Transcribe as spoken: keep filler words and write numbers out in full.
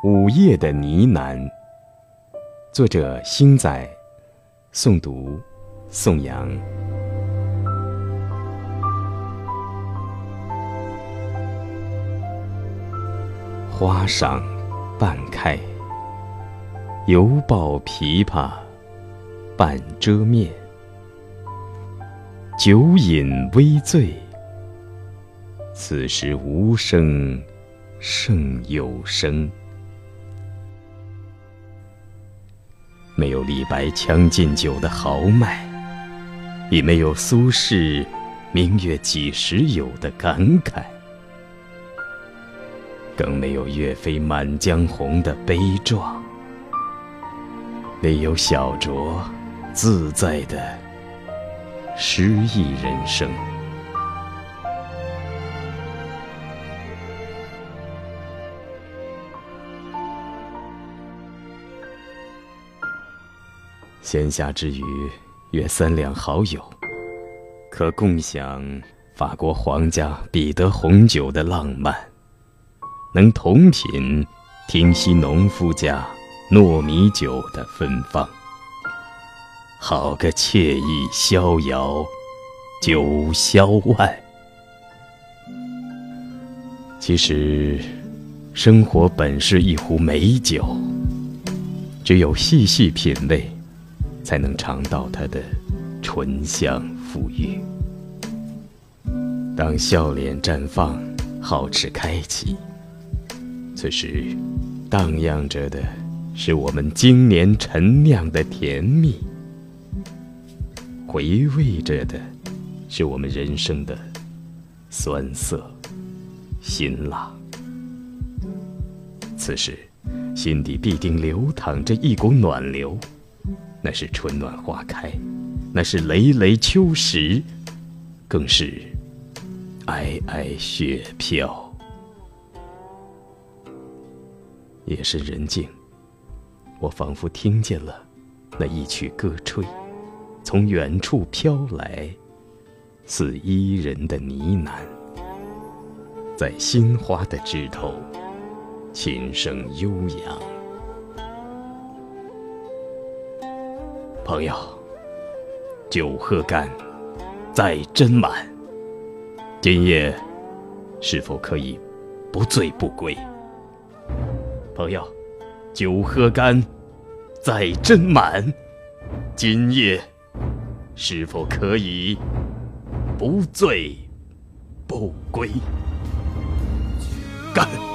午夜的呢喃。作者星仔，诵读宋阳。花上半开，犹抱琵琶半遮面。酒饮微醉，此时无声胜有声。没有李白《将进酒》的豪迈，也没有苏轼明月几时有的感慨，更没有岳飞《满江红》的悲壮，唯有小酌自在的诗意人生。闲暇之余，约三两好友，可共享法国皇家彼得红酒的浪漫，能同品听西农夫家糯米酒的芬芳。好个惬意逍遥，九霄外。其实，生活本是一壶美酒，只有细细品味，才能尝到它的醇香馥郁。当笑脸绽放，皓齿开启，此时荡漾着的是我们经年陈酿的甜蜜，回味着的是我们人生的酸涩辛辣。此时心底必定流淌着一股暖流，那是春暖花开，那是累累秋实，更是皑皑雪飘。夜深人静，我仿佛听见了那一曲歌吹，从远处飘来，似伊人的呢喃，在心花的枝头，琴声悠扬。朋友，酒喝干，再斟满，今夜是否可以不醉不归？朋友，酒喝干，再斟满，今夜是否可以不醉不归？干！